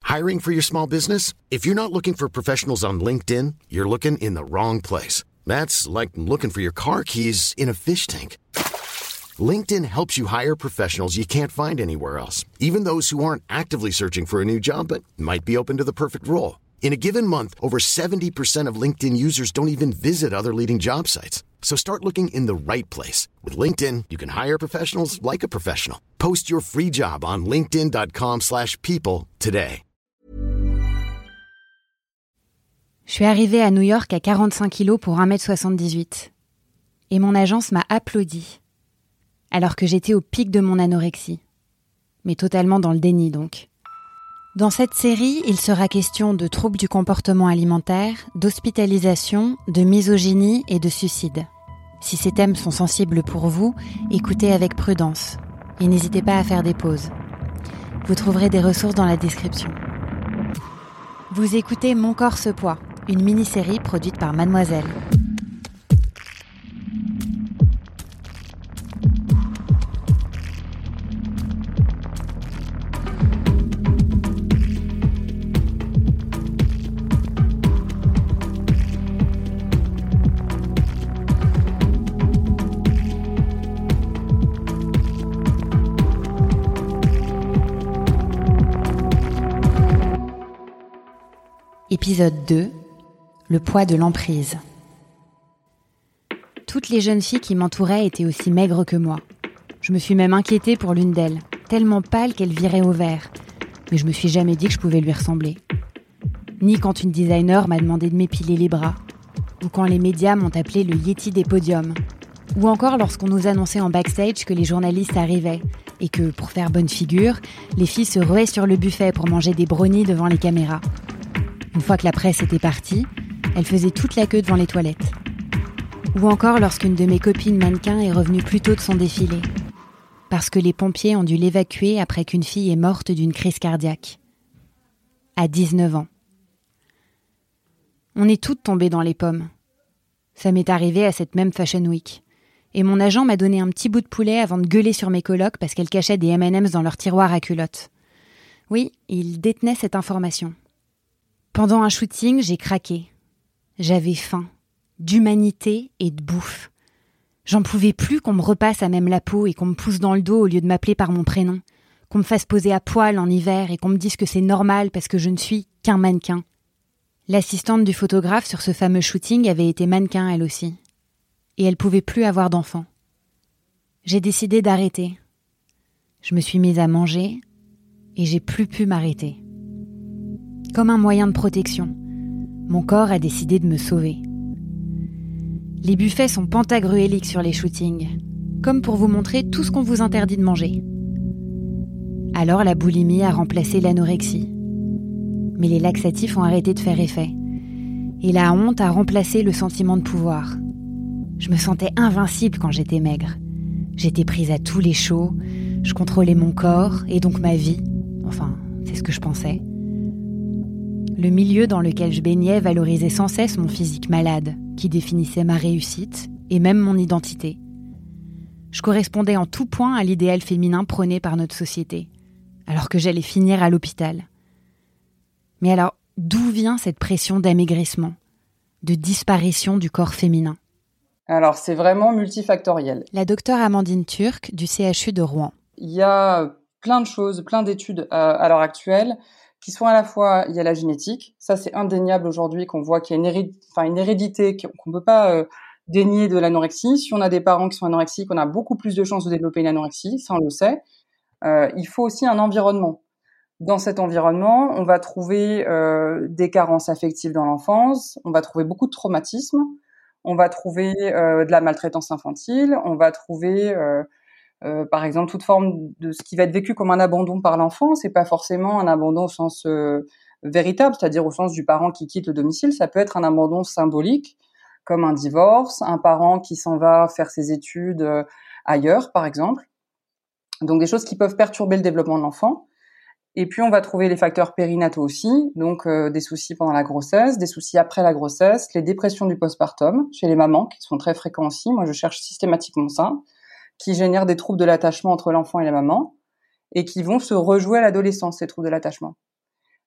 Hiring for your small business? If you're not looking for professionals on LinkedIn, you're looking in the wrong place. That's like looking for your car keys in a fish tank. LinkedIn helps you hire professionals you can't find anywhere else, even those who aren't actively searching for a new job but might be open to the perfect role. In a given month, over 70% of LinkedIn users don't even visit other leading job sites. So start looking in the right place. With LinkedIn, you can hire professionals like a professional. Post your free job on linkedin.com/people today. Je suis arrivée à New York à 45 kilos pour 1m78. Et mon agence m'a applaudi. Alors que j'étais au pic de mon anorexie. Mais totalement dans le déni donc. Dans cette série, il sera question de troubles du comportement alimentaire, d'hospitalisation, de misogynie et de suicide. Si ces thèmes sont sensibles pour vous, écoutez avec prudence. Et n'hésitez pas à faire des pauses. Vous trouverez des ressources dans la description. Vous écoutez Mon corps ce poids, une mini-série produite par Mademoiselle. Épisode 2, le poids de l'emprise. Toutes les jeunes filles qui m'entouraient étaient aussi maigres que moi. Je me suis même inquiétée pour l'une d'elles, tellement pâle qu'elle virait au vert. Mais je me suis jamais dit que je pouvais lui ressembler. Ni quand une designer m'a demandé de m'épiler les bras, ou quand les médias m'ont appelé le Yeti des podiums, ou encore lorsqu'on nous annonçait en backstage que les journalistes arrivaient, et que, pour faire bonne figure, les filles se ruaient sur le buffet pour manger des brownies devant les caméras. Une fois que la presse était partie, elle faisait toute la queue devant les toilettes. Ou encore lorsqu'une de mes copines mannequins est revenue plus tôt de son défilé. Parce que les pompiers ont dû l'évacuer après qu'une fille est morte d'une crise cardiaque. À 19 ans. On est toutes tombées dans les pommes. Ça m'est arrivé à cette même Fashion Week. Et mon agent m'a donné un petit bout de poulet avant de gueuler sur mes colocs parce qu'elles cachaient des M&M's dans leur tiroir à culottes. Oui, il détenait cette information. Pendant un shooting, j'ai craqué. J'avais faim, d'humanité et de bouffe. J'en pouvais plus qu'on me repasse à même la peau et qu'on me pousse dans le dos au lieu de m'appeler par mon prénom, qu'on me fasse poser à poil en hiver et qu'on me dise que c'est normal parce que je ne suis qu'un mannequin. L'assistante du photographe sur ce fameux shooting avait été mannequin elle aussi. Et elle pouvait plus avoir d'enfant. J'ai décidé d'arrêter. Je me suis mise à manger et j'ai plus pu m'arrêter. Comme un moyen de protection, mon corps a décidé de me sauver. Les buffets sont pentagruéliques sur les shootings, comme pour vous montrer tout ce qu'on vous interdit de manger. Alors la boulimie a remplacé l'anorexie. Mais les laxatifs ont arrêté de faire effet. Et la honte a remplacé le sentiment de pouvoir. Je me sentais invincible quand j'étais maigre. J'étais prise à tous les shows, je contrôlais mon corps et donc ma vie. Enfin, c'est ce que je pensais. Le milieu dans lequel je baignais valorisait sans cesse mon physique malade, qui définissait ma réussite et même mon identité. Je correspondais en tout point à l'idéal féminin prôné par notre société, alors que j'allais finir à l'hôpital. Mais alors, d'où vient cette pression d'amaigrissement, de disparition du corps féminin ? Alors, c'est vraiment multifactoriel. La docteure Amandine Turc du CHU de Rouen. Il y a plein de choses, plein d'études à l'heure actuelle qui sont à la fois, il y a la génétique, ça c'est indéniable aujourd'hui qu'on voit qu'il y a une hérédité qu'on peut pas dénier de l'anorexie. Si on a des parents qui sont anorexiques, on a beaucoup plus de chances de développer une anorexie, ça on le sait. Il faut aussi un environnement. Dans cet environnement, on va trouver des carences affectives dans l'enfance, on va trouver beaucoup de traumatismes, on va trouver de la maltraitance infantile, on va trouver par exemple toute forme de ce qui va être vécu comme un abandon par l'enfant. C'est pas forcément un abandon au sens véritable, c'est-à-dire au sens du parent qui quitte le domicile. Ça peut être un abandon symbolique, comme un divorce, un parent qui s'en va faire ses études ailleurs, par exemple. Donc des choses qui peuvent perturber le développement de l'enfant. Et puis on va trouver les facteurs périnataux aussi, donc des soucis pendant la grossesse, des soucis après la grossesse, les dépressions du postpartum chez les mamans qui sont très fréquents aussi. Moi je cherche systématiquement ça, qui génèrent des troubles de l'attachement entre l'enfant et la maman et qui vont se rejouer à l'adolescence, ces troubles de l'attachement.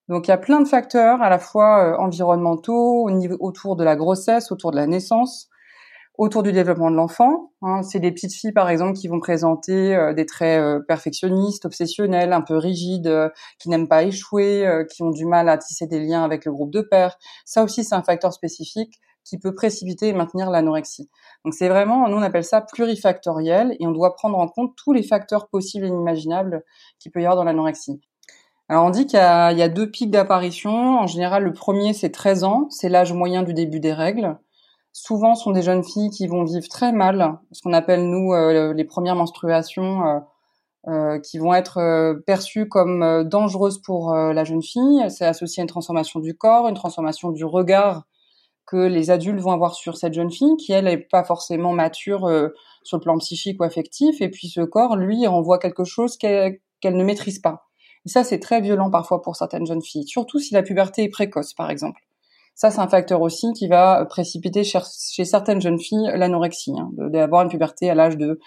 Donc il y a plein de facteurs à la fois environnementaux, autour de la grossesse, autour de la naissance, autour du développement de l'enfant. C'est des petites filles par exemple qui vont présenter des traits perfectionnistes, obsessionnels, un peu rigides, qui n'aiment pas échouer, qui ont du mal à tisser des liens avec le groupe de pairs. Ça aussi c'est un facteur spécifique qui peut précipiter et maintenir l'anorexie. Donc c'est vraiment, nous on appelle ça plurifactoriel et on doit prendre en compte tous les facteurs possibles et inimaginables qu'il peut y avoir dans l'anorexie. Alors on dit qu'il y a 2 pics d'apparition. En général, le premier c'est 13 ans, c'est l'âge moyen du début des règles. Souvent, ce sont des jeunes filles qui vont vivre très mal, ce qu'on appelle nous les premières menstruations, qui vont être perçues comme dangereuses pour la jeune fille. C'est associé à une transformation du corps, une transformation du regard que les adultes vont avoir sur cette jeune fille, qui elle est pas forcément mature sur le plan psychique ou affectif, et puis ce corps, lui, renvoie quelque chose qu'elle ne maîtrise pas. Et ça, c'est très violent parfois pour certaines jeunes filles, surtout si la puberté est précoce, par exemple. Ça, c'est un facteur aussi qui va précipiter chez certaines jeunes filles l'anorexie, d'avoir une puberté à l'âge de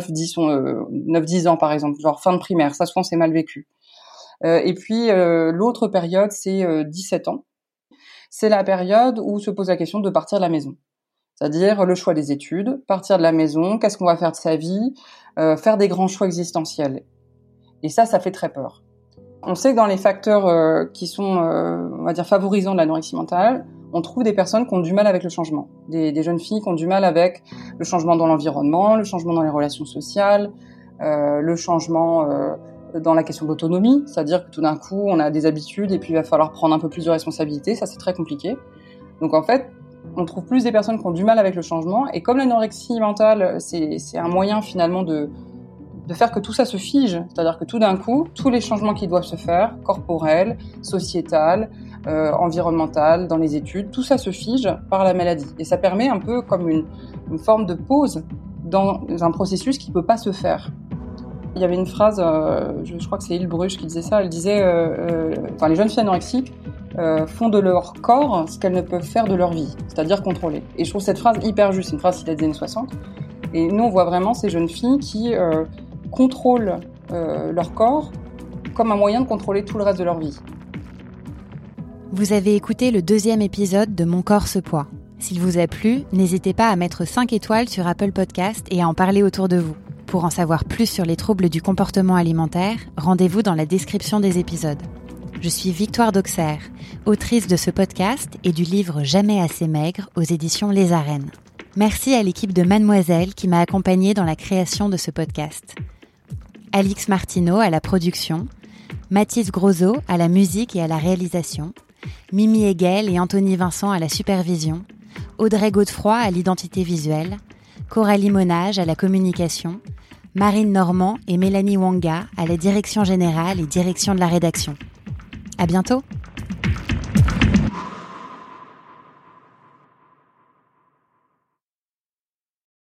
9-10 ans, par exemple, genre fin de primaire. Ça, souvent, c'est mal vécu. Et puis, l'autre période, c'est 17 ans. C'est la période où se pose la question de partir de la maison. C'est-à-dire le choix des études, partir de la maison, qu'est-ce qu'on va faire de sa vie, faire des grands choix existentiels. Et ça fait très peur. On sait que dans les facteurs qui sont, on va dire, favorisants de l'anorexie mentale, on trouve des personnes qui ont du mal avec le changement. Des jeunes filles qui ont du mal avec le changement dans l'environnement, le changement dans les relations sociales, le changement dans la question de l'autonomie, c'est-à-dire que tout d'un coup, on a des habitudes et puis il va falloir prendre un peu plus de responsabilités. Ça, c'est très compliqué. Donc en fait, on trouve plus des personnes qui ont du mal avec le changement. Et comme l'anorexie mentale, c'est un moyen finalement de faire que tout ça se fige, c'est-à-dire que tout d'un coup, tous les changements qui doivent se faire, corporels, sociétal, environnemental, dans les études, tout ça se fige par la maladie. Et ça permet un peu comme une forme de pause dans un processus qui peut pas se faire. Il y avait une phrase, je crois que c'est Hillebruch qui disait ça, elle disait les jeunes filles anorexiques font de leur corps ce qu'elles ne peuvent faire de leur vie, c'est-à-dire contrôler. Et je trouve cette phrase hyper juste, c'est une phrase qui date des années 60. Et nous, on voit vraiment ces jeunes filles qui contrôlent leur corps comme un moyen de contrôler tout le reste de leur vie. Vous avez écouté le 2e épisode de Mon corps ce poids. S'il vous a plu, n'hésitez pas à mettre 5 étoiles sur Apple Podcast et à en parler autour de vous. Pour en savoir plus sur les troubles du comportement alimentaire, rendez-vous dans la description des épisodes. Je suis Victoire d'Auxerre, autrice de ce podcast et du livre Jamais assez maigre aux éditions Les Arènes. Merci à l'équipe de Mademoiselle qui m'a accompagnée dans la création de ce podcast. Alix Martineau à la production, Mathis Grosot à la musique et à la réalisation, Mimi Hegel et Anthony Vincent à la supervision, Audrey Godefroy à l'identité visuelle, Coralie Monage à la communication, Marine Normand et Mélanie Wanga à la direction générale et direction de la rédaction. À bientôt!